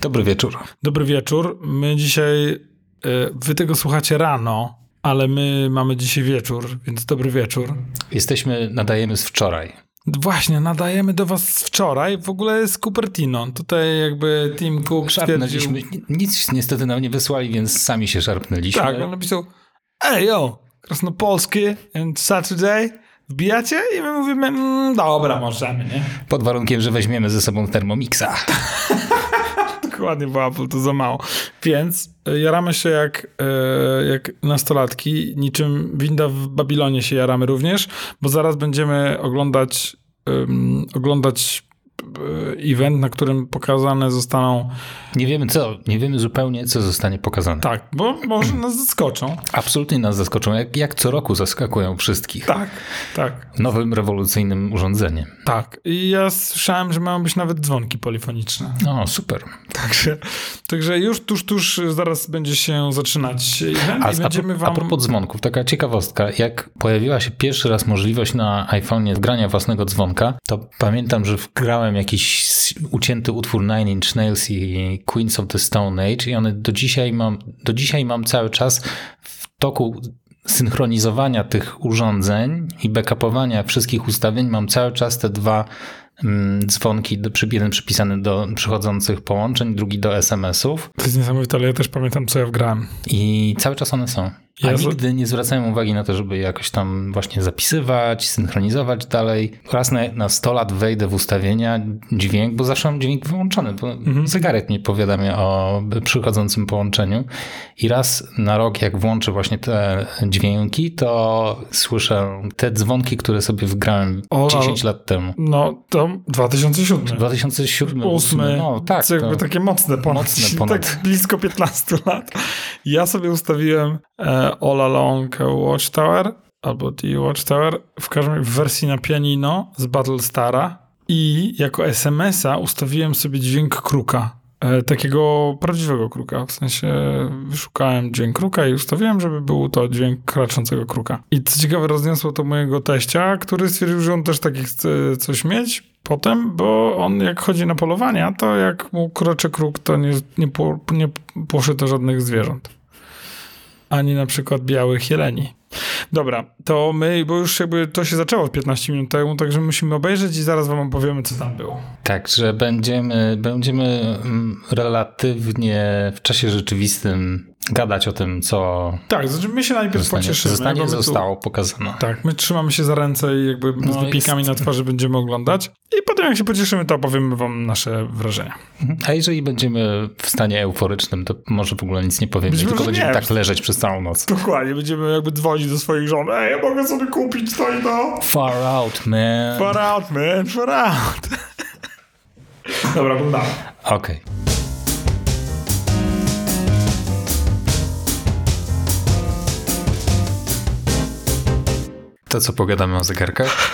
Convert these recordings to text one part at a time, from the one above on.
Dobry wieczór. Dobry wieczór. My dzisiaj, wy tego słuchacie rano, ale my mamy dzisiaj wieczór, więc dobry wieczór. Nadajemy z wczoraj. Właśnie, nadajemy do was z wczoraj. W ogóle jest Cupertino. Tutaj jakby Tim Cook stwierdził... Nic niestety nam nie wysłali, więc sami się szarpnęliśmy. Tak, on napisał, Krasnopolski and Saturday, wbijacie? I my mówimy, dobra, możemy, nie? Pod warunkiem, że weźmiemy ze sobą Thermomixa. Dokładnie, bo Apple to za mało. Więc jaramy się jak nastolatki, niczym winda w Babilonie się jaramy również, bo zaraz będziemy oglądać event, na którym pokazane zostaną... Nie wiemy zupełnie, co zostanie pokazane. Tak, bo może nas zaskoczą. Absolutnie nas zaskoczą, jak co roku zaskakują wszystkich. Tak. Nowym, rewolucyjnym urządzeniem. Tak. I ja słyszałem, że mają być nawet dzwonki polifoniczne. O, super. Także już tuż zaraz będzie się zaczynać event i będziemy wam... A propos dzwonków, taka ciekawostka. Jak pojawiła się pierwszy raz możliwość na iPhone'ie wgrania własnego dzwonka, to pamiętam, że wgrałem jakiś ucięty utwór Nine Inch Nails i Queens of the Stone Age i one do dzisiaj mam cały czas w toku synchronizowania tych urządzeń i backupowania wszystkich ustawień, mam cały czas te dwa dzwonki, jeden przypisany do przychodzących połączeń, drugi do SMS-ów. To jest niesamowite, ale ja też pamiętam, co ja wgrałem. I cały czas one są. Nigdy nie zwracałem uwagi na to, żeby jakoś tam właśnie zapisywać, synchronizować dalej. Raz na 100 lat wejdę w ustawienia, dźwięk, bo zawsze mam dźwięk wyłączony, bo zegarek mnie powiadamia o przychodzącym połączeniu. I raz na rok, jak włączę właśnie te dźwięki, to słyszę te dzwonki, które sobie wgrałem 10 lat temu. No to 2007. 2007. 2008. No tak. To jakby takie mocne ponad. Tak blisko 15 lat. Ja sobie ustawiłem All Along Watchtower albo The Watchtower w wersji na pianino z Battlestara i jako SMS-a ustawiłem sobie dźwięk kruka. Takiego prawdziwego kruka. W sensie wyszukałem dźwięk kruka i ustawiłem, żeby był to dźwięk kraczącego kruka. I co ciekawe, rozniosło to mojego teścia, który stwierdził, że on też taki chce coś mieć potem, bo on jak chodzi na polowania, to jak mu kroczy kruk, to nie płoszyta żadnych zwierząt. Ani na przykład białych jeleni. Dobra, to my, bo już jakby to się zaczęło 15 minut temu, także musimy obejrzeć i zaraz wam opowiemy, co tam było. Także będziemy relatywnie w czasie rzeczywistym gadać o tym, co... Tak, znaczy my się najpierw pocieszymy. Zostało pokazane. Tak, my trzymamy się za ręce i jakby z wypiekami na twarzy będziemy oglądać i potem jak się pocieszymy, to opowiemy wam nasze wrażenia. A jeżeli będziemy w stanie euforycznym, to może w ogóle nic nie powiemy, tylko będziemy tak leżeć przez całą noc. Dokładnie, będziemy jakby dzwonić do swoich żon. Ja mogę sobie kupić to i to. Far out, man. Far out, man. Far out. Dobra, oglądamy. Okej. To co pogadamy o zegarkach?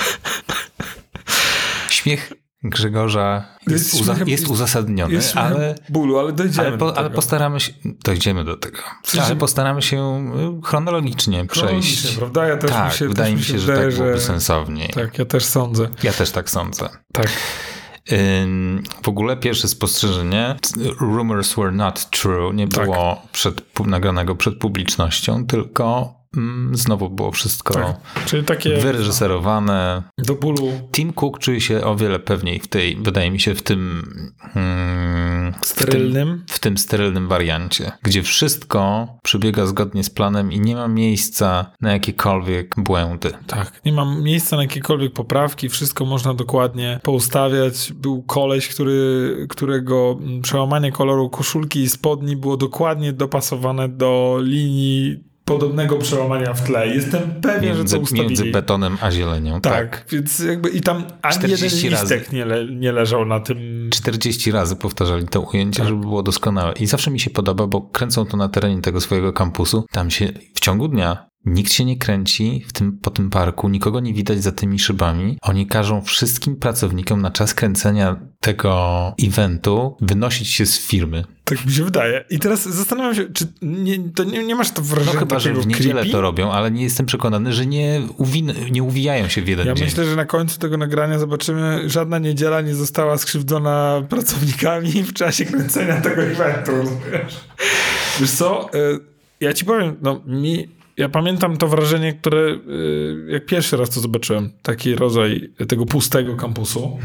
Śmiech Grzegorza jest uzasadniony, ale bólu, ale dojdziemy do tego. Ale postaramy się... Dojdziemy do tego. Ale postaramy się chronologicznie przejść. Prawda? Ja też wydaje mi się, że tak byłoby sensowniej. Tak, ja też sądzę. Ja też tak sądzę. Tak. W ogóle pierwsze spostrzeżenie. Rumors were not true. Nie było nagranego przed publicznością, tylko znowu było wszystko czyli takie wyreżyserowane. Do bólu. Tim Cook czuje się o wiele pewniej wydaje mi się, w tym sterylnym. W tym sterylnym wariancie, gdzie wszystko przebiega zgodnie z planem i nie ma miejsca na jakiekolwiek błędy. Tak, nie ma miejsca na jakiekolwiek poprawki, wszystko można dokładnie poustawiać. Był koleś, którego przełamanie koloru koszulki i spodni było dokładnie dopasowane do linii podobnego przełamania w tle. Jestem pewien, że to ustawili. Między betonem a zielenią. Tak, więc jakby i tam ani jeden listek nie leżał na tym. 40 razy powtarzali to ujęcie, żeby było doskonałe. I zawsze mi się podoba, bo kręcą to na terenie tego swojego kampusu. Tam się w ciągu dnia Nikt się nie kręci po tym parku, nikogo nie widać za tymi szybami. Oni każą wszystkim pracownikom na czas kręcenia tego eventu wynosić się z firmy. Tak mi się wydaje. I teraz zastanawiam się, czy nie masz to wrażenia no chyba, że w niedzielę creepy? to robią, ale nie jestem przekonany, że nie uwijają się w jeden dzień. Ja myślę, że na końcu tego nagrania zobaczymy, żadna niedziela nie została skrzywdzona pracownikami w czasie kręcenia tego eventu. Wiesz co, ja ci powiem, ja pamiętam to wrażenie, które jak pierwszy raz to zobaczyłem, taki rodzaj tego pustego kampusu.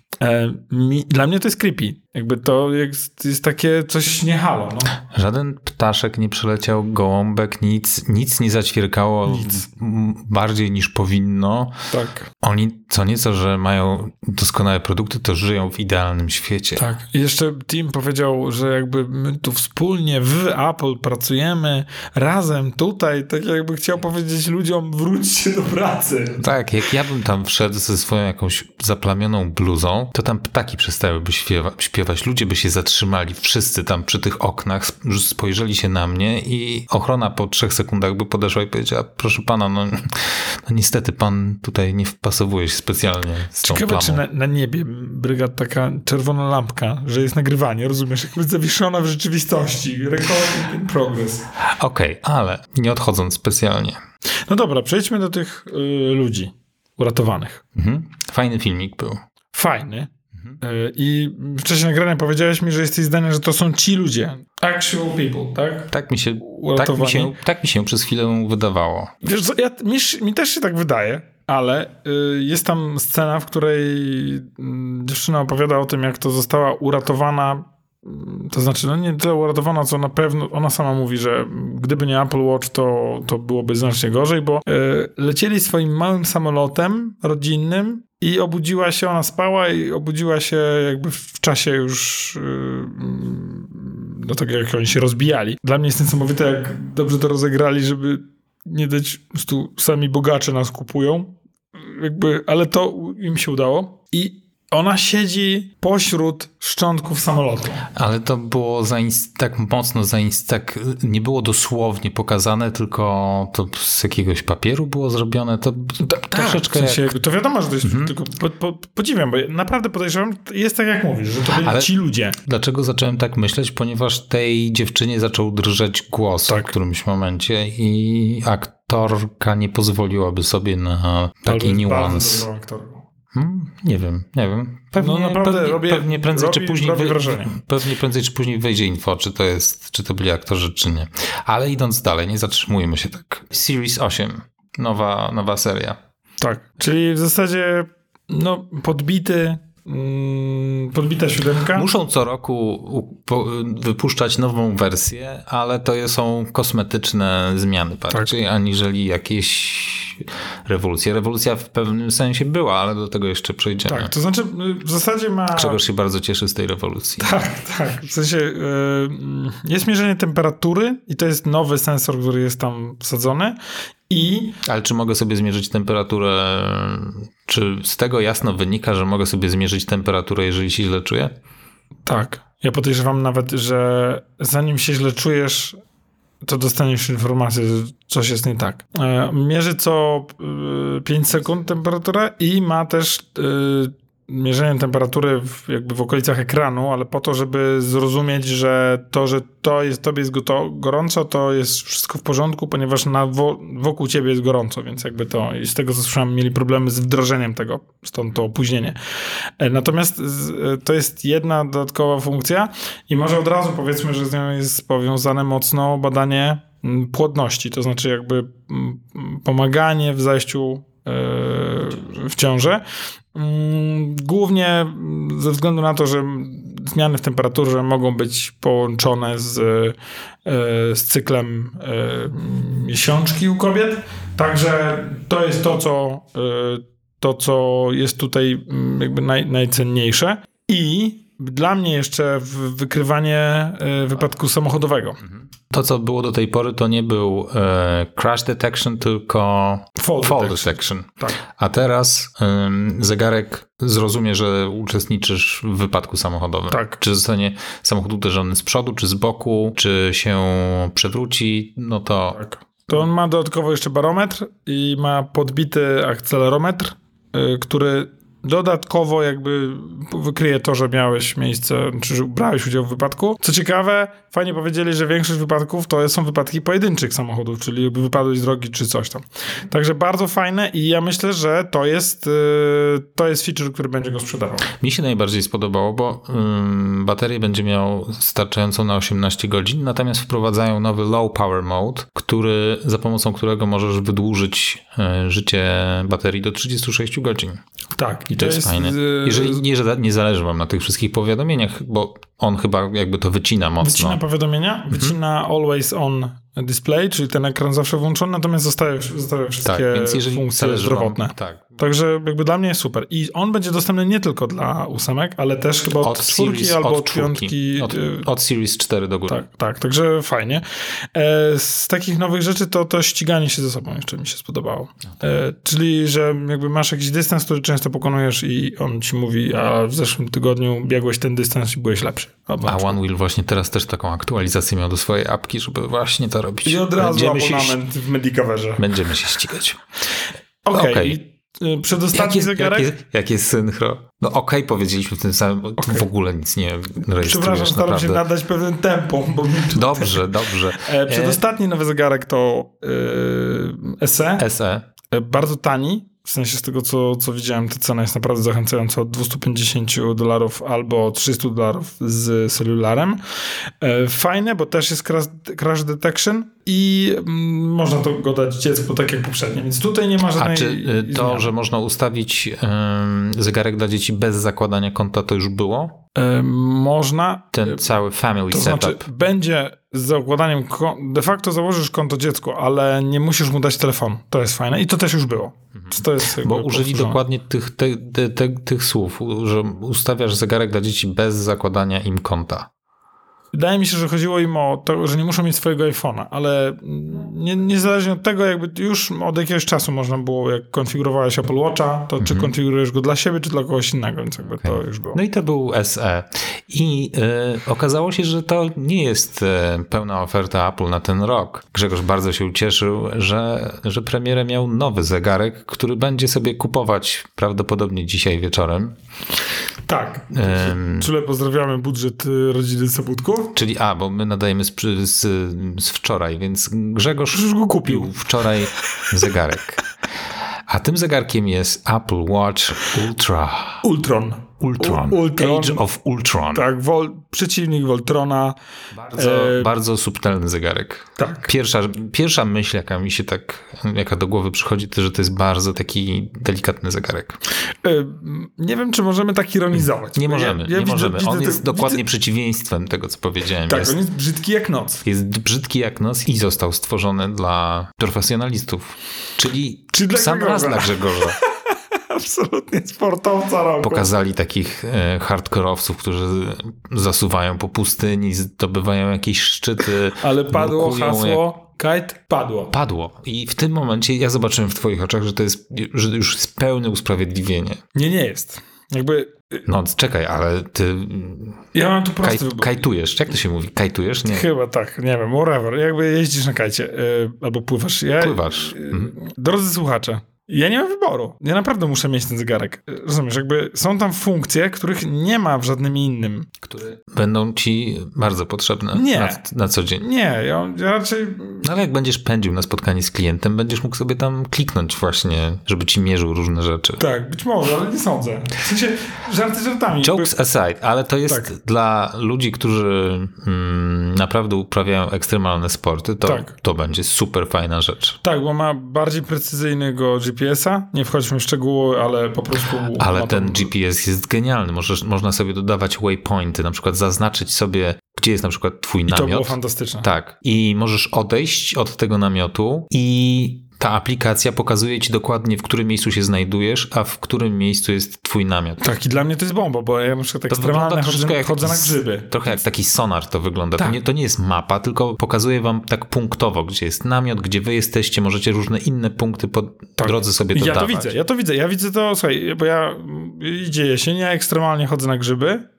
Dla mnie to jest creepy. Jakby to jest takie coś nie halo. No. Żaden ptaszek nie przeleciał, gołąbek, nic nie zaćwierkało bardziej niż powinno. Tak. Oni co nieco, że mają doskonałe produkty, to żyją w idealnym świecie. Tak. I jeszcze Tim powiedział, że jakby my tu wspólnie w Apple pracujemy razem tutaj, tak jakby chciał powiedzieć ludziom, wróćcie do pracy. Tak, jak ja bym tam wszedł ze swoją jakąś zaplamioną bluzą, to tam ptaki przestałyby śpiewać. Ludzie by się zatrzymali, wszyscy tam przy tych oknach, spojrzeli się na mnie i ochrona po 3 sekundach by podeszła i powiedziała, proszę pana, no niestety pan tutaj nie wpasowuje się specjalnie z tą Ciekawe, plamą. czy na niebie bryga taka czerwona lampka, że jest nagrywanie, rozumiesz, jakby zawieszona w rzeczywistości. Recording in progress. Okej, ale nie odchodząc specjalnie. No dobra, przejdźmy do tych ludzi uratowanych. Fajny filmik był. Fajny. I w czasie nagrania powiedziałeś mi, że jesteś zdania, że to są ci ludzie. Actual people, tak? Tak mi się przez chwilę wydawało. Wiesz co, mi też się tak wydaje, ale jest tam scena, w której dziewczyna opowiada o tym, jak to została uratowana. To znaczy, nie tyle uratowana, co na pewno ona sama mówi, że gdyby nie Apple Watch, to byłoby znacznie gorzej, bo lecieli swoim małym samolotem rodzinnym i obudziła się, ona spała i obudziła się jakby w czasie już do tego, jak oni się rozbijali. Dla mnie jest niesamowite, jak dobrze to rozegrali, żeby nie dać, po prostu sami bogacze nas kupują, ale to im się udało. I ona siedzi pośród szczątków samolotu. Ale to było tak mocno, tak nie było dosłownie pokazane, tylko to z jakiegoś papieru było zrobione. To troszeczkę w sensie, to wiadomo, że to jest tylko podziwiam, bo naprawdę podejrzewam, jest tak jak mówisz, że to byli ci ludzie. Dlaczego zacząłem tak myśleć? Ponieważ tej dziewczynie zaczął drżeć głos w którymś momencie i aktorka nie pozwoliłaby sobie na taki niuans. Nie wiem. Pewnie prędzej czy później wejdzie info, czy to byli aktorzy, czy nie. Ale idąc dalej, nie zatrzymujmy się tak. Series 8, nowa seria. Tak, czyli w zasadzie podbita 7. Muszą co roku wypuszczać nową wersję, ale to są kosmetyczne zmiany bardziej, aniżeli jakieś rewolucje. Rewolucja w pewnym sensie była, ale do tego jeszcze przejdziemy. Tak, to znaczy w zasadzie ma... Grzegorz się bardzo cieszy z tej rewolucji. Tak. W sensie jest mierzenie temperatury i to jest nowy sensor, który jest tam wsadzony. Ale czy mogę sobie zmierzyć temperaturę? Czy z tego jasno wynika, że mogę sobie zmierzyć temperaturę, jeżeli się źle czuję? Tak. Ja podejrzewam nawet, że zanim się źle czujesz, to dostaniesz informację, że coś jest nie tak. Mierzy co 5 sekund temperaturę i ma też mierzenie temperatury w okolicach ekranu, ale po to, żeby zrozumieć, że tobie jest gorąco, to jest wszystko w porządku, ponieważ wokół ciebie jest gorąco, więc jakby to, i z tego co słyszałem, mieli problemy z wdrożeniem tego, stąd to opóźnienie. Natomiast to jest jedna dodatkowa funkcja i może od razu powiedzmy, że z nią jest powiązane mocno badanie płodności, to znaczy jakby pomaganie w zajściu w ciążę. Głównie ze względu na to, że zmiany w temperaturze mogą być połączone z cyklem miesiączki u kobiet. Także to jest to, co jest tutaj jakby najcenniejsze. I dla mnie jeszcze wykrywanie wypadku samochodowego. To, co było do tej pory, to nie był crash detection, tylko fall detection. Tak. A teraz zegarek zrozumie, że uczestniczysz w wypadku samochodowym. Tak. Czy zostanie samochód uderzony z przodu, czy z boku, czy się przewróci, no to to on ma dodatkowo jeszcze barometr i ma podbity akcelerometr, który dodatkowo jakby wykryje to, że miałeś miejsce, czy że brałeś udział w wypadku. Co ciekawe, fajnie powiedzieli, że większość wypadków to są wypadki pojedynczych samochodów, czyli wypadłeś z drogi, czy coś tam. Także bardzo fajne i ja myślę, że to jest feature, który będzie go sprzedawał. Mi się najbardziej spodobało, bo baterię będzie miał starczającą na 18 godzin, natomiast wprowadzają nowy low power mode, za pomocą którego możesz wydłużyć życie baterii do 36 godzin. Tak. I to jest fajne. Jeżeli nie zależy wam na tych wszystkich powiadomieniach, bo on chyba jakby to wycina mocno. Wycina powiadomienia, wycina always on display, czyli ten ekran zawsze włączony, natomiast zostawia wszystkie więc jeżeli funkcje zdrowotne. Także jakby dla mnie jest super. I on będzie dostępny nie tylko dla 8, ale też chyba od 4 albo od 5. Od Series 4 do góry. Tak, także fajnie. Z takich nowych rzeczy to ściganie się ze sobą jeszcze mi się spodobało. Czyli, że jakby masz jakiś dystans, który często pokonujesz i on ci mówi, a w zeszłym tygodniu biegłeś ten dystans i byłeś lepszy. A OneWheel właśnie teraz też taką aktualizację miał do swojej apki, żeby właśnie to robić. I od razu abonament w Medicoverze. Będziemy się ścigać. Okej. Przedostatni zegarek. Jakie synchro? No powiedzieliśmy w tym samym, w ogóle nic nie rejestrujesz. Przepraszam, staram się nadać pewien tempo. Bo Dobrze. Przedostatni nowy zegarek to SE. SE. Bardzo tani. W sensie z tego, co widziałem, ta cena jest naprawdę zachęcająca, od $250 albo $300 z celularem. Fajne, bo też jest crash detection i można to go dać dziecku tak jak poprzednio, więc tutaj nie ma żadnej... A czy to, zmiany. Że można ustawić zegarek dla dzieci bez zakładania konta, to już było? Można. Ten cały family setup. Znaczy, będzie z zakładaniem de facto założysz konto dziecku, ale nie musisz mu dać telefonu. To jest fajne i to też już było. To jest bo użyli dokładnie tych słów, że ustawiasz zegarek dla dzieci bez zakładania im konta. Wydaje mi się, że chodziło im o to, że nie muszą mieć swojego iPhone'a, ale niezależnie od tego, jakby już od jakiegoś czasu można było, jak konfigurowałeś Apple Watcha, to czy konfigurujesz go dla siebie, czy dla kogoś innego, więc jakby to już było. No i to był SE. I okazało się, że to nie jest pełna oferta Apple na ten rok. Grzegorz bardzo się ucieszył, że premierę miał nowy zegarek, który będzie sobie kupować prawdopodobnie dzisiaj wieczorem. Tak. Czule pozdrawiamy budżet rodziny Sobótków. Czyli bo my nadajemy z wczoraj, więc Grzegorz już go kupił wczoraj zegarek. A tym zegarkiem jest Apple Watch Ultron. Age of Ultron. Tak, przeciwnik Voltrona. Bardzo subtelny zegarek. Tak. Pierwsza myśl, jaka do głowy przychodzi, to że to jest bardzo taki delikatny zegarek. Nie wiem, czy możemy tak ironizować. Nie możemy. On jest dokładnie przeciwieństwem tego, co powiedziałem. Tak, on jest brzydki jak noc. Jest brzydki jak noc i został stworzony dla profesjonalistów. Czyli sam raz dla Grzegorza. Absolutnie sportowca roku. Pokazali takich hardkorowców, którzy zasuwają po pustyni, zdobywają jakieś szczyty. Ale padło hasło kite? Padło. I w tym momencie ja zobaczyłem w twoich oczach, że już jest pełne usprawiedliwienie. Nie jest. No czekaj, ale ty... Ja mam tu prosty wybór. Kajtujesz. Jak to się mówi? Kajtujesz? Nie. Chyba tak. Nie wiem. Whatever. Jakby jeździsz na kajcie. Albo pływasz. Pływasz. Drodzy słuchacze, ja nie mam wyboru. Ja naprawdę muszę mieć ten zegarek. Rozumiesz, są tam funkcje, których nie ma w żadnym innym. Które będą ci bardzo potrzebne na co dzień. Nie, ja raczej... No ale jak będziesz pędził na spotkanie z klientem, będziesz mógł sobie tam kliknąć właśnie, żeby ci mierzył różne rzeczy. Tak, być może, ale nie sądzę. W sensie, żarty żartami. Jokes aside, ale to jest dla ludzi, którzy naprawdę uprawiają ekstremalne sporty, to będzie super fajna rzecz. Tak, bo ma bardziej precyzyjnego GPS-a. Nie wchodźmy w szczegóły, ale po prostu... Ale ten GPS jest genialny. Można sobie dodawać waypointy, na przykład zaznaczyć sobie, gdzie jest na przykład twój namiot. I to było fantastyczne. Tak. I możesz odejść od tego namiotu i ta aplikacja pokazuje ci dokładnie, w którym miejscu się znajdujesz, a w którym miejscu jest twój namiot. Tak, i dla mnie to jest bomba, bo ja na przykład ekstremalnie chodzę na grzyby. Trochę jak taki sonar to wygląda. Tak. To nie jest mapa, tylko pokazuje wam tak punktowo, gdzie jest namiot, gdzie wy jesteście, możecie różne inne punkty po drodze sobie dodawać. Ja to widzę. Ja widzę to, słuchaj, bo dzieje się, ja ekstremalnie chodzę na grzyby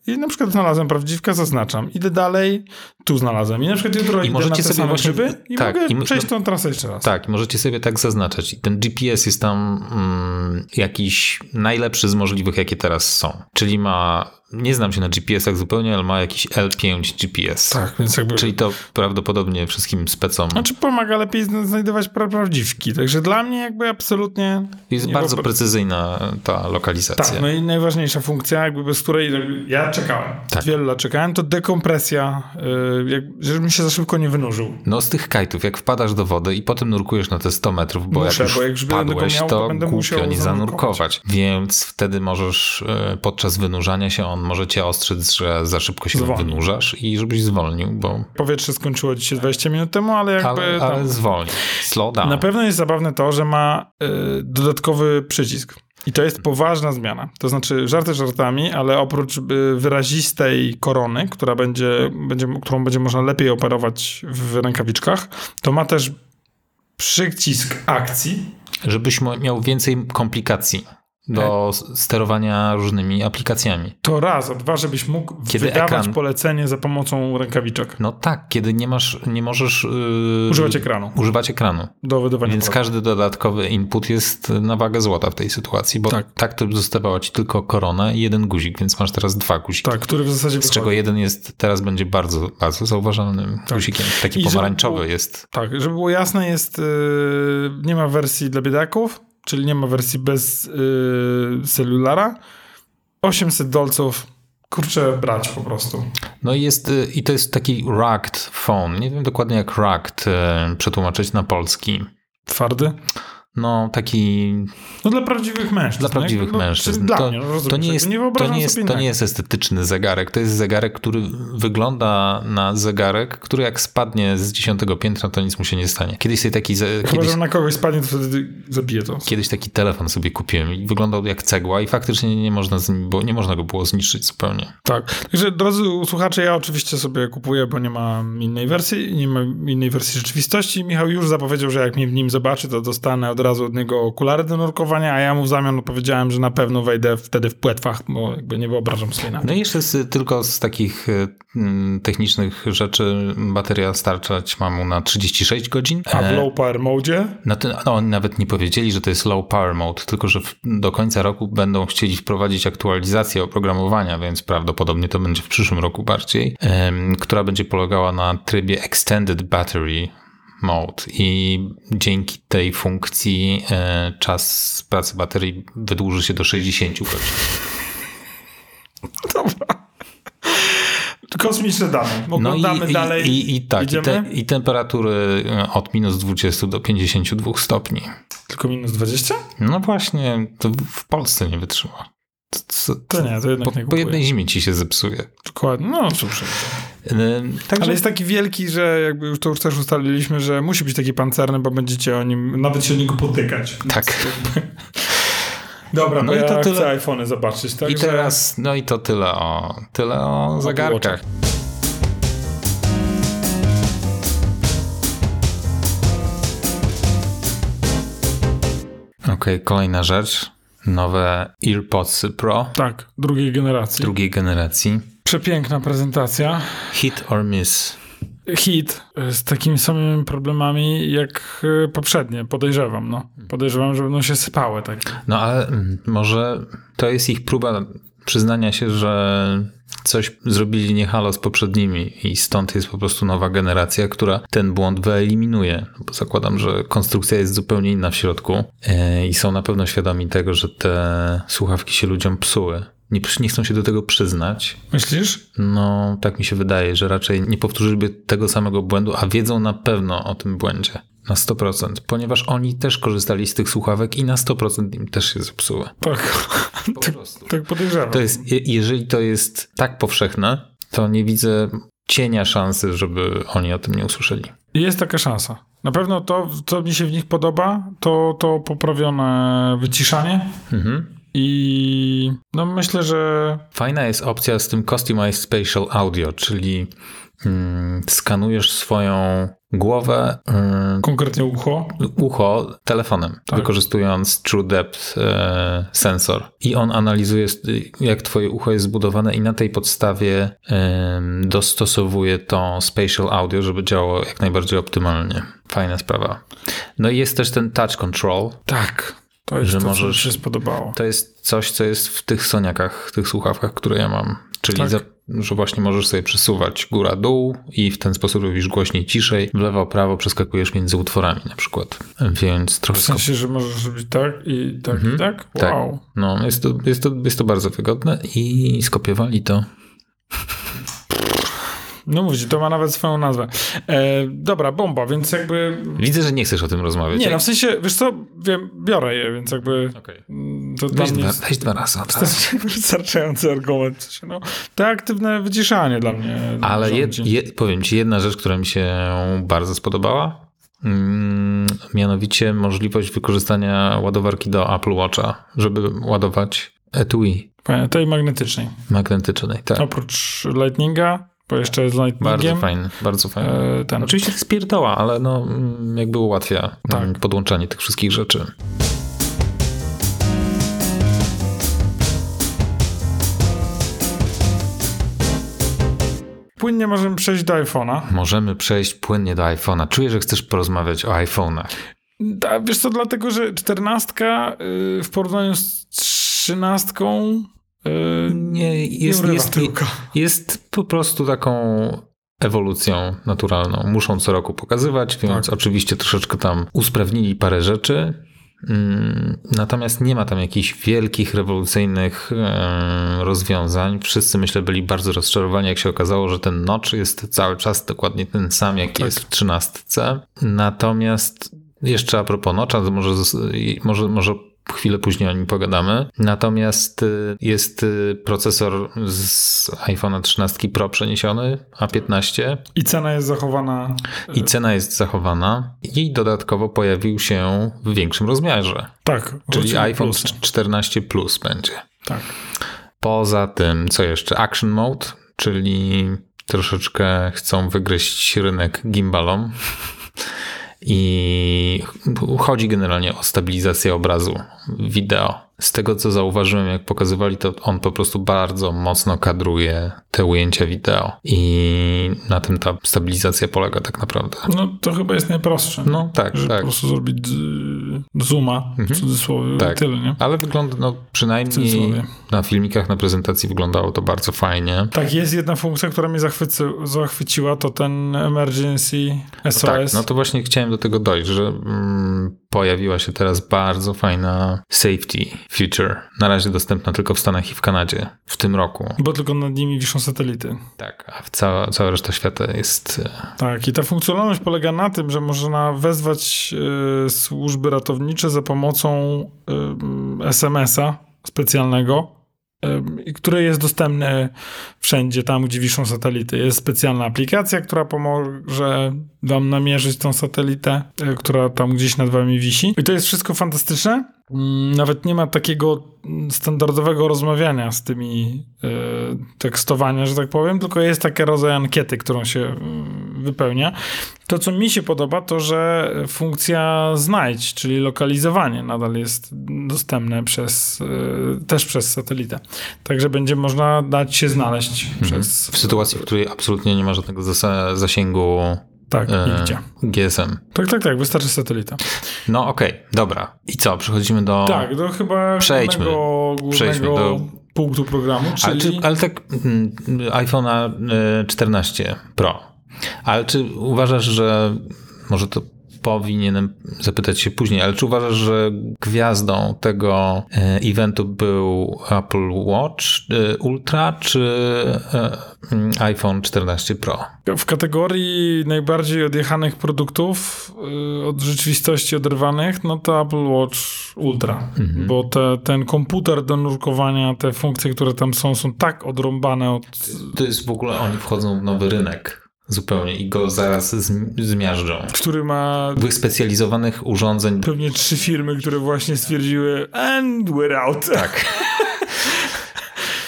i na przykład znalazłem prawdziwkę, zaznaczam. Idę dalej, tu znalazłem. I na przykład jutro idę na te same właśnie grzyby i mogę przejść tą trasę jeszcze raz. Tak, możecie sobie tak zaznaczać. I ten GPS jest tam jakiś najlepszy z możliwych, jakie teraz są. Czyli nie znam się na GPS-ach zupełnie, ale ma jakiś L5 GPS. Tak, więc jakby... Czyli to prawdopodobnie wszystkim specom. Znaczy pomaga lepiej znajdować prawdziwki. Także dla mnie jakby absolutnie... Jest bardzo precyzyjna ta lokalizacja. Tak, no i najważniejsza funkcja, jakby bez której ja czekałem. Tak. Wiele lat czekałem, to dekompresja, żebym się za szybko nie wynurzył. No z tych kajtów, jak wpadasz do wody i potem nurkujesz na te 100 metrów, bo jak już wpadłeś, to głupio nie zanurkować. Więc wtedy możesz podczas wynurzania się on może cię ostrzec, że za szybko się wynurzasz i żebyś zwolnił, bo... Powietrze skończyło ci się 20 minut temu, ale jakby... Ale zwolnił. Slow down. Na pewno jest zabawne to, że ma dodatkowy przycisk. I to jest poważna zmiana. To znaczy, żarty żartami, ale oprócz wyrazistej korony, którą będzie można lepiej operować w rękawiczkach, to ma też przycisk akcji. Żebyś miał więcej komplikacji do sterowania różnymi aplikacjami. To raz, a dwa, żebyś mógł wydawać polecenie za pomocą rękawiczek. No tak, kiedy nie możesz używać ekranu do wydawania. Więc każdy dodatkowy input jest na wagę złota w tej sytuacji, bo tak to zostawała ci tylko korona i jeden guzik, więc masz teraz 2 guziki. Tak, który w zasadzie z czego jeden teraz będzie bardzo, bardzo zauważalnym guzikiem. Taki pomarańczowy jest. Tak, żeby było jasne, nie ma wersji dla biedaków, czyli nie ma wersji bez celulara. $800, kurczę, brać po prostu. No i to jest taki rugged phone. Nie wiem dokładnie jak rugged przetłumaczyć na polski. Twardy? No, taki... No dla prawdziwych mężczyzn. Dla prawdziwych mężczyzn. To nie jest estetyczny zegarek. To jest zegarek, który wygląda na zegarek, który jak spadnie z 10 piętra, to nic mu się nie stanie. Kiedyś sobie taki... Chyba, że na kogoś spadnie, to wtedy zabije to. Kiedyś taki telefon sobie kupiłem i wyglądał jak cegła i faktycznie nie można go było zniszczyć zupełnie. Tak. Także drodzy słuchacze, ja oczywiście sobie kupuję, bo nie ma innej wersji rzeczywistości. Michał już zapowiedział, że jak mnie w nim zobaczy, to dostanę od razu od niego okulary do nurkowania, a ja mu w zamian powiedziałem, że na pewno wejdę wtedy w płetwach, bo jakby nie wyobrażam sobie nawet. No i jeszcze tylko z takich technicznych rzeczy bateria starczać ma mu na 36 godzin. A w low power mode? Nawet nie powiedzieli, że to jest low power mode, tylko że do końca roku będą chcieli wprowadzić aktualizację oprogramowania, więc prawdopodobnie to będzie w przyszłym roku bardziej, która będzie polegała na trybie Extended Battery Mode i dzięki tej funkcji czas pracy baterii wydłuży się do 60 godzin. Dobra. Kosmiczne dane. Oglądamy dalej. I temperatury od minus 20 do 52 stopni. Tylko minus 20? No właśnie, to w Polsce nie wytrzyma. To jednak nie po jednej zimie ci się zepsuje. Dokładnie, no cóż. Ale jest taki wielki, że jakby już też ustaliliśmy, że musi być taki pancerny, bo będziecie o nim, nawet się o niego potykać. Tak. Dobra, no i to tyle. Chcę iPhony zobaczyć. I teraz, i to tyle o zegarkach. Okej, kolejna rzecz. Nowe AirPods Pro. Tak, drugiej generacji. Przepiękna prezentacja. Hit or miss? Hit z takimi samymi problemami jak poprzednie, podejrzewam. Podejrzewam, że będą się sypały. Tak. No ale może to jest ich próba przyznania się, że coś zrobili nie halo z poprzednimi i stąd jest po prostu nowa generacja, która ten błąd wyeliminuje. Bo zakładam, że konstrukcja jest zupełnie inna w środku i są na pewno świadomi tego, że te słuchawki się ludziom psuły. Nie chcą się do tego przyznać. Myślisz? No, tak mi się wydaje, że raczej nie powtórzyliby tego samego błędu, a wiedzą na pewno o tym błędzie. Na 100%. Ponieważ oni też korzystali z tych słuchawek i na 100% im też się zepsuły. Tak. Po prostu. Tak podejrzewam. Jeżeli to jest tak powszechne, to nie widzę cienia szansy, żeby oni o tym nie usłyszeli. Jest taka szansa. Na pewno to, co mi się w nich podoba, to poprawione wyciszanie. I myślę, że... Fajna jest opcja z tym Customized Spatial Audio, czyli skanujesz swoją głowę, konkretnie ucho telefonem, wykorzystując True Depth sensor. I on analizuje, jak twoje ucho jest zbudowane i na tej podstawie dostosowuje to spatial audio, żeby działało jak najbardziej optymalnie. Fajna sprawa. No i jest też ten touch control. Tak. To jest to, co mi się spodobało. To jest coś, co jest w tych Soniakach, tych słuchawkach, które ja mam. Czyli że właśnie możesz sobie przesuwać góra-dół i w ten sposób robisz głośniej, ciszej. W lewo, prawo przeskakujesz między utworami na przykład. Więc trochę... W sensie, że możesz robić tak i tak i tak? Wow. Tak. No, jest to bardzo wygodne i skopiowali to. No mówicie, to ma nawet swoją nazwę. Dobra, bomba, więc jakby... Widzę, że nie chcesz o tym rozmawiać. Nie, no w sensie, wiesz co, biorę je, więc jakby... Okay. Weź dwa razy. Wystarczający argument. No, to aktywne wyciszanie dla mnie. Ale powiem ci, jedna rzecz, która mi się bardzo spodobała, mianowicie możliwość wykorzystania ładowarki do Apple Watcha, żeby ładować etui. Tej magnetycznej. Magnetycznej, tak. Oprócz Lightninga, bo jeszcze jest Lightningiem. Bardzo fajny. Oczywiście to jest pierdoła, ale no jakby ułatwia podłączanie tych wszystkich rzeczy. Płynnie możemy przejść do iPhone'a. Możemy przejść płynnie do iPhone'a. Czuję, że chcesz porozmawiać o iPhone'ach. Wiesz co, dlatego, że 14 w porównaniu z 13 jest po prostu taką ewolucją naturalną. Muszą co roku pokazywać, więc oczywiście troszeczkę tam usprawnili parę rzeczy. Natomiast nie ma tam jakichś wielkich, rewolucyjnych rozwiązań. Wszyscy, myślę, byli bardzo rozczarowani, jak się okazało, że ten notch jest cały czas dokładnie ten sam, jaki jest w 13. Natomiast jeszcze a propos notcha, to może chwilę później o nim pogadamy. Natomiast jest procesor z iPhone'a 13 Pro przeniesiony, A15. I cena jest zachowana. I dodatkowo pojawił się w większym rozmiarze. Tak. Czyli iPhone 14 Plus będzie. Tak. Poza tym, co jeszcze? Action Mode, czyli troszeczkę chcą wygryźć rynek gimbalom. I chodzi generalnie o stabilizację obrazu wideo. Z tego, co zauważyłem, jak pokazywali, to on po prostu bardzo mocno kadruje te ujęcia wideo. I na tym ta stabilizacja polega tak naprawdę. No to chyba jest najprostsze. No tak, że po prostu zrobić zooma, w cudzysłowie, tyle, nie? Ale wygląda, przynajmniej na filmikach, na prezentacji wyglądało to bardzo fajnie. Tak, jest jedna funkcja, która mnie zachwyciła, to ten Emergency SOS. Tak, no to właśnie chciałem do tego dojść, że pojawiła się teraz bardzo fajna safety feature. Na razie dostępna tylko w Stanach i w Kanadzie w tym roku. Bo tylko nad nimi wiszą satelity. Tak, a cała reszta świata jest... Tak, i ta funkcjonalność polega na tym, że można wezwać służby ratownicze za pomocą SMS-a specjalnego, który jest dostępny wszędzie tam, gdzie wiszą satelity. Jest specjalna aplikacja, która pomoże wam namierzyć tą satelitę, która tam gdzieś nad wami wisi. I to jest wszystko fantastyczne. Nawet nie ma takiego standardowego rozmawiania z tymi tekstowania, że tak powiem, tylko jest taki rodzaj ankiety, którą się wypełnia. To, co mi się podoba, to, że funkcja znajdź, czyli lokalizowanie nadal jest dostępne też przez satelitę. Także będzie można dać się znaleźć przez... W sytuacji, w której absolutnie nie ma żadnego zasięgu GSM. Tak, wystarczy satelita. No okej, dobra. I co, przechodzimy do... Tak, do chyba głównego punktu programu, czyli... Ale tak iPhone'a 14 Pro. Ale czy uważasz, że może to powinienem zapytać się później, ale czy uważasz, że gwiazdą tego eventu był Apple Watch Ultra czy iPhone 14 Pro? W kategorii najbardziej odjechanych produktów od rzeczywistości oderwanych, no to Apple Watch Ultra, bo ten komputer do nurkowania, te funkcje, które tam są tak odrąbane od... To jest w ogóle, oni wchodzą w nowy rynek. Zupełnie i go zaraz zmiażdżą. Który ma... wyspecjalizowanych urządzeń. Pewnie 3 firmy, które właśnie stwierdziły and we're out. Tak.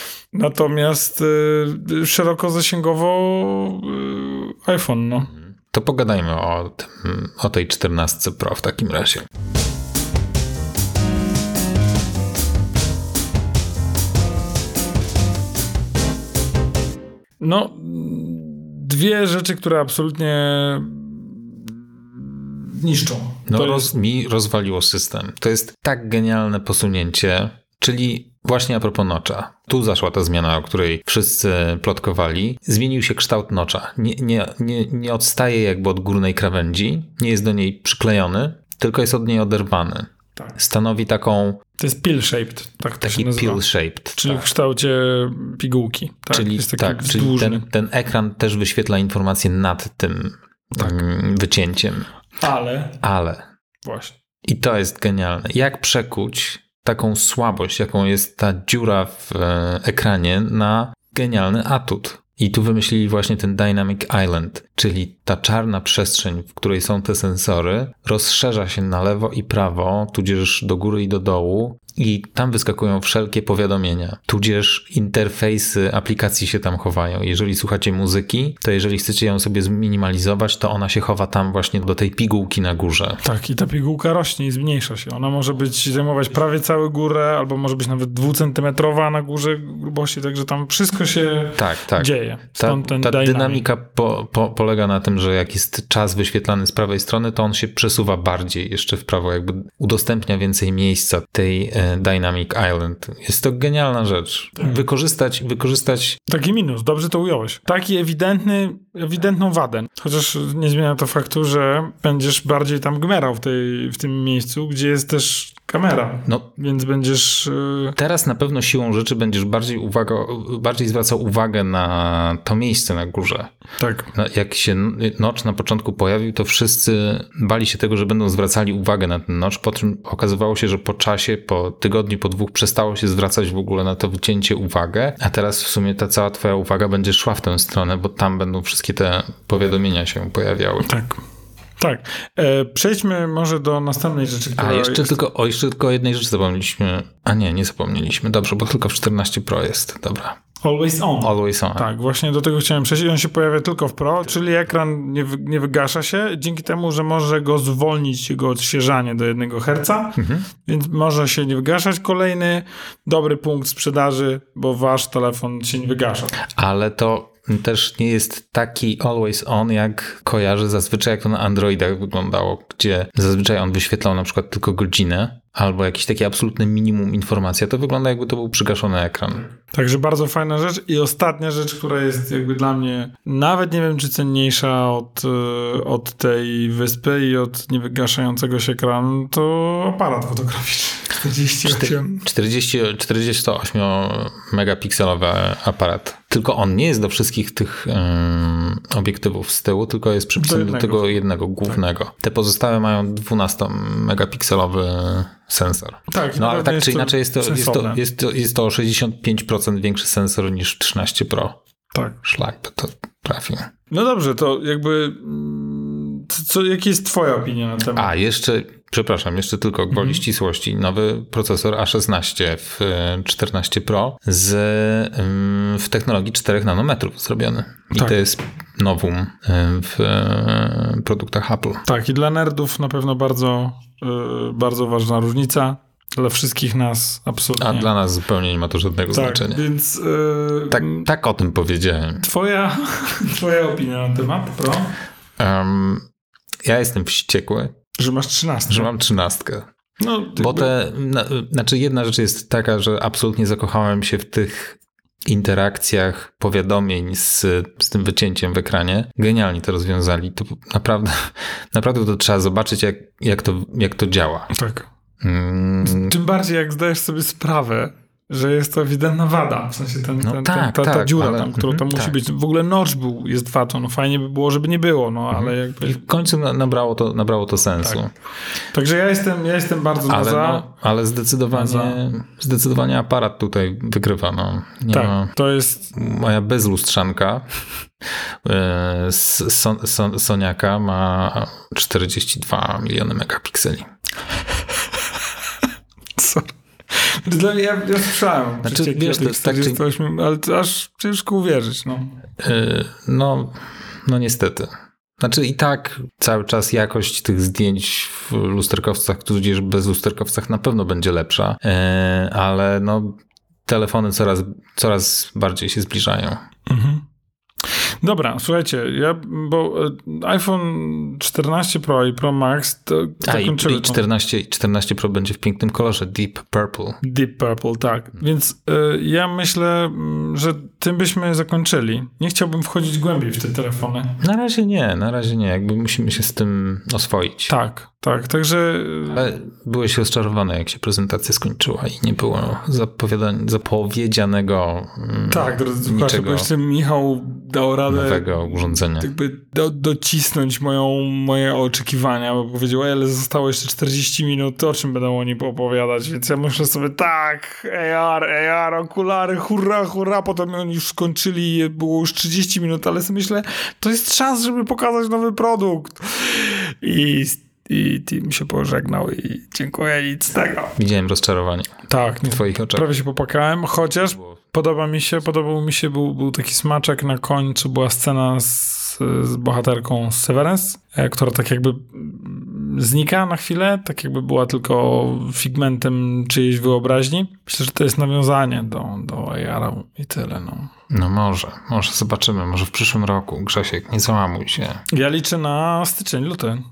Natomiast szerokozasięgowo iPhone, no. To pogadajmy o tej 14 Pro w takim razie. No, dwie rzeczy, które absolutnie niszczą. Mi rozwaliło system. To jest tak genialne posunięcie, czyli właśnie a propos notcha. Tu zaszła ta zmiana, o której wszyscy plotkowali. Zmienił się kształt notcha. Nie odstaje jakby od górnej krawędzi, nie jest do niej przyklejony, tylko jest od niej oderwany. Tak. Stanowi taką... To jest pill-shaped, tak to się nazywa. Pill-shaped. Czyli w kształcie pigułki. Tak? Czyli, jest taki czyli ten ekran też wyświetla informacje nad tym wycięciem. Ale. Właśnie. I to jest genialne. Jak przekuć taką słabość, jaką jest ta dziura w ekranie, na genialny atut. I tu wymyślili właśnie ten Dynamic Island, czyli ta czarna przestrzeń, w której są te sensory, rozszerza się na lewo i prawo, tudzież do góry i do dołu i tam wyskakują wszelkie powiadomienia, tudzież interfejsy aplikacji się tam chowają. Jeżeli słuchacie muzyki, to jeżeli chcecie ją sobie zminimalizować, to ona się chowa tam właśnie do tej pigułki na górze. Tak, i ta pigułka rośnie i zmniejsza się. Ona może zajmować prawie całą górę, albo może być nawet 2-centymetrowa na górze grubości, także tam wszystko się dzieje. Stąd ta dynamika polega na tym, że jak jest czas wyświetlany z prawej strony, to on się przesuwa bardziej jeszcze w prawo, jakby udostępnia więcej miejsca tej Dynamic Island. Jest to genialna rzecz. Tak. Wykorzystać... Taki minus, dobrze to ująłeś. Taki ewidentną wadę. Chociaż nie zmienia to faktu, że będziesz bardziej tam gmerał w tym miejscu, gdzie jest też kamera. No, więc będziesz... Teraz na pewno siłą rzeczy będziesz bardziej zwracał uwagę na to miejsce na górze. Tak. Jak się notch na początku pojawił, to wszyscy bali się tego, że będą zwracali uwagę na ten notch. Po czym okazywało się, że po czasie, po tygodniu, po 2 przestało się zwracać w ogóle na to wycięcie uwagę, a teraz w sumie ta cała twoja uwaga będzie szła w tę stronę, bo tam będą wszystkie te powiadomienia się pojawiały. Tak. Przejdźmy może do następnej rzeczy, która jeszcze tylko o jednej rzeczy zapomnieliśmy. A nie zapomnieliśmy. Dobrze, bo tylko w 14 Pro jest. Dobra. Always on. Always on. Tak, właśnie do tego chciałem przejść. I on się pojawia tylko w Pro, czyli ekran nie wygasza się, dzięki temu, że może go zwolnić, jego odświeżanie do 1 Hz, więc może się nie wygaszać. Kolejny dobry punkt sprzedaży, bo wasz telefon się nie wygasza. Ale to też nie jest taki always on, jak kojarzę zazwyczaj, jak to na Androidach wyglądało, gdzie zazwyczaj on wyświetlał na przykład tylko godzinę albo jakieś takie absolutne minimum informacji. To wygląda, jakby to był przygaszony ekran. Także bardzo fajna rzecz. I ostatnia rzecz, która jest jakby dla mnie nawet nie wiem, czy cenniejsza od tej wyspy i od niewygaszającego się ekranu, to aparat fotograficzny. 48 megapikselowy aparat. Tylko on nie jest do wszystkich tych obiektywów z tyłu, tylko jest przypisany do tego jednego głównego. Tak. Te pozostałe mają 12-megapikselowy sensor. Tak, no ale tak czy inaczej jest to o 65% większy sensor niż 13 Pro. Tak. Szlak by to trafił. No dobrze, to jakby jaka jest twoja opinia na temat? Jeszcze tylko gwoli ścisłości. Nowy procesor A16 w 14 Pro w technologii 4 nanometrów zrobiony. I to jest novum w produktach Apple. Tak, i dla nerdów na pewno bardzo, bardzo ważna różnica. Dla wszystkich nas absolutnie. A dla nas zupełnie nie ma to żadnego znaczenia. Więc... Tak o tym powiedziałem. Twoja opinia na temat Pro? Ja jestem wściekły. Że masz 13. Że mam 13. No, bo jedna rzecz jest taka, że absolutnie zakochałem się w tych interakcjach powiadomień z tym wycięciem w ekranie. Genialnie to rozwiązali. To naprawdę to trzeba zobaczyć, jak to działa. Tak. Tym bardziej, jak zdajesz sobie sprawę, że jest to ewidentna wada. W sensie ta dziura tam, która tam musi być. W ogóle notch jest wadą. No fajnie by było, żeby nie było, ale jakby... I w końcu nabrało to sensu. Tak. Także ja jestem bardzo za. Ale zdecydowanie aparat tutaj wygrywa. To jest... Moja bezlustrzanka Soniaka ma 42 miliony megapikseli. Sorry. Dla mnie, ja słyszałem. Znaczy, wiesz, to jest 48, ale to aż ciężko uwierzyć. No niestety. Znaczy i tak cały czas jakość tych zdjęć w lusterkowcach, tudzież bez lusterkowcach na pewno będzie lepsza, ale no telefony coraz bardziej się zbliżają. Mhm. Dobra, słuchajcie, bo iPhone 14 Pro i Pro Max to zakończyły. I 14 Pro będzie w pięknym kolorze, Deep Purple. Deep Purple, tak. Więc ja myślę, że tym byśmy zakończyli. Nie chciałbym wchodzić głębiej w te telefony. Na razie nie, jakby musimy się z tym oswoić. Tak, także... Ale byłeś rozczarowany, jak się prezentacja skończyła i nie było zapowiedzianego tak, drodzy niczego bo jeszcze Michał dał radę nowego urządzenia. Jakby docisnąć moje oczekiwania, bo powiedział, ale zostało jeszcze 40 minut, to o czym będą oni opowiadać, więc ja myślę sobie, tak, AR, okulary, hurra, potem oni już skończyli, było już 30 minut, ale sobie myślę, to jest czas, żeby pokazać nowy produkt. I Tim się pożegnał i dziękuję, nic z tego. Widziałem rozczarowanie w twoich oczach. Prawie się popłakałem, chociaż podobał mi się, był taki smaczek na końcu, była scena z bohaterką z Severance, która tak jakby znika na chwilę, tak jakby była tylko figmentem czyjejś wyobraźni. Myślę, że to jest nawiązanie do AR-a i tyle. No może zobaczymy, może w przyszłym roku. Grzesiek, nie załamuj się. Ja liczę na styczeń, luty.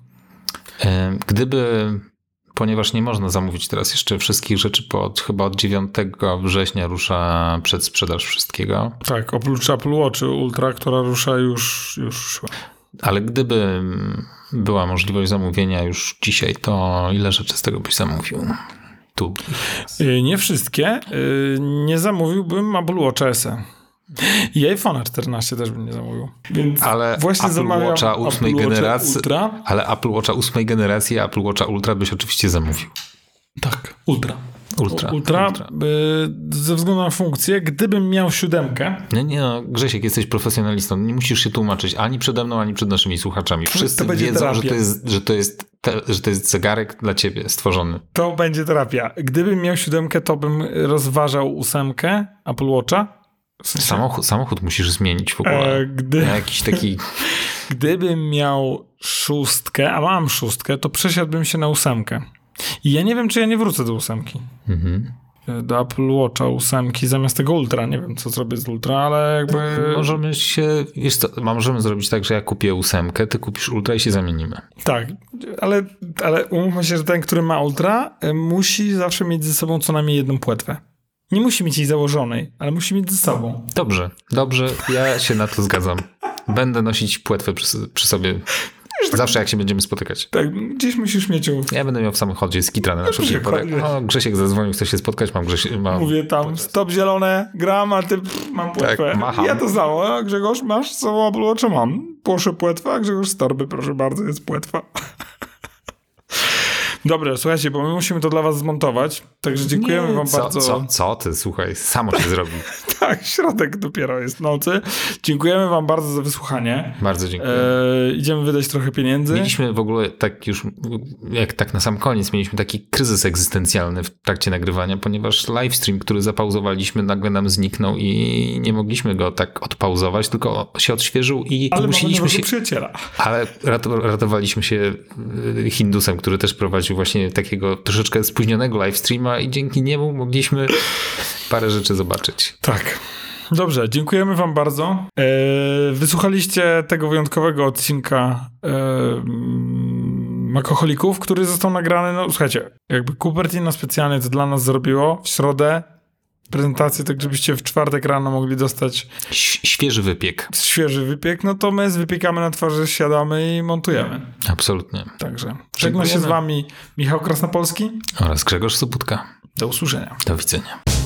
Ponieważ nie można zamówić teraz jeszcze wszystkich rzeczy, chyba od 9 września rusza przedsprzedaż wszystkiego. Tak, oprócz Apple Watch Ultra, która rusza już szła. Ale gdyby była możliwość zamówienia już dzisiaj, to ile rzeczy z tego byś zamówił? Tu. Nie wszystkie. Nie zamówiłbym Apple Watch SE. I iPhone'a 14 też bym nie zamówił. Więc ale właśnie Apple Watcha 8 generacji. Ultra. Ale Apple Watcha 8 generacji, a Apple Watcha Ultra byś oczywiście zamówił. Tak, Ultra. Ultra. Ze względu na funkcję, gdybym miał 7. Nie, Grzesiek, jesteś profesjonalistą. Nie musisz się tłumaczyć ani przede mną, ani przed naszymi słuchaczami. Wszyscy wiedzą, że to jest zegarek dla ciebie stworzony. To będzie terapia. Gdybym miał 7, to bym rozważał 8 Apple Watcha. Samochód musisz zmienić w ogóle. Na jakiś taki... Gdybym miał 6, a mam 6, to przesiadłbym się na 8. I ja nie wiem, czy ja nie wrócę do 8. Mhm. Do Apple Watcha 8 zamiast tego Ultra. Nie wiem, co zrobię z Ultra, ale jakby... Możemy zrobić tak, że ja kupię 8, ty kupisz Ultra i się zamienimy. Tak, ale umówmy się, że ten, który ma Ultra, musi zawsze mieć ze sobą co najmniej jedną płetwę. Nie musi mieć jej założonej, ale musi mieć ze sobą. Dobrze, ja się na to zgadzam. Będę nosić płetwę przy sobie zawsze, jak się będziemy spotykać. Tak, gdzieś musisz mieć ją. Ja będę miał w samochodzie skitrane na wszelki wypadek. Grzesiek zadzwonił, chce się spotkać, Mówię tam, stop zielone, gram, a ty mam płetwę. Tak, macham. Ja to samo, a Grzegorz, masz co Apple Watcha? Mam. Proszę płetwa, a Grzegorz z torby, proszę bardzo, jest płetwa. Dobra, słuchajcie, bo my musimy to dla was zmontować, także dziękujemy wam bardzo. Co ty, słuchaj, samo się zrobi. Tak, środek dopiero jest nocy. Dziękujemy wam bardzo za wysłuchanie. Bardzo dziękuję. Idziemy wydać trochę pieniędzy. Mieliśmy w ogóle tak na sam koniec, mieliśmy taki kryzys egzystencjalny w trakcie nagrywania, ponieważ livestream, który zapauzowaliśmy, nagle nam zniknął i nie mogliśmy go tak odpauzować, tylko się odświeżył i ale musieliśmy się... przyjaciela. Ale ratowaliśmy się Hindusem, który też prowadził właśnie takiego troszeczkę spóźnionego livestreama i dzięki niemu mogliśmy parę rzeczy zobaczyć. Tak. Dobrze, dziękujemy wam bardzo. Wysłuchaliście tego wyjątkowego odcinka Makoholików, który został nagrany, no słuchajcie, jakby Cupertino specjalnie to dla nas zrobiło w środę prezentację, tak żebyście w czwartek rano mogli dostać świeży wypiek, no to my wypiekamy na twarzy, siadamy i montujemy. Absolutnie. Także żegna się z wami Michał Krasnopolski oraz Grzegorz Sobutka. Do usłyszenia. Do widzenia.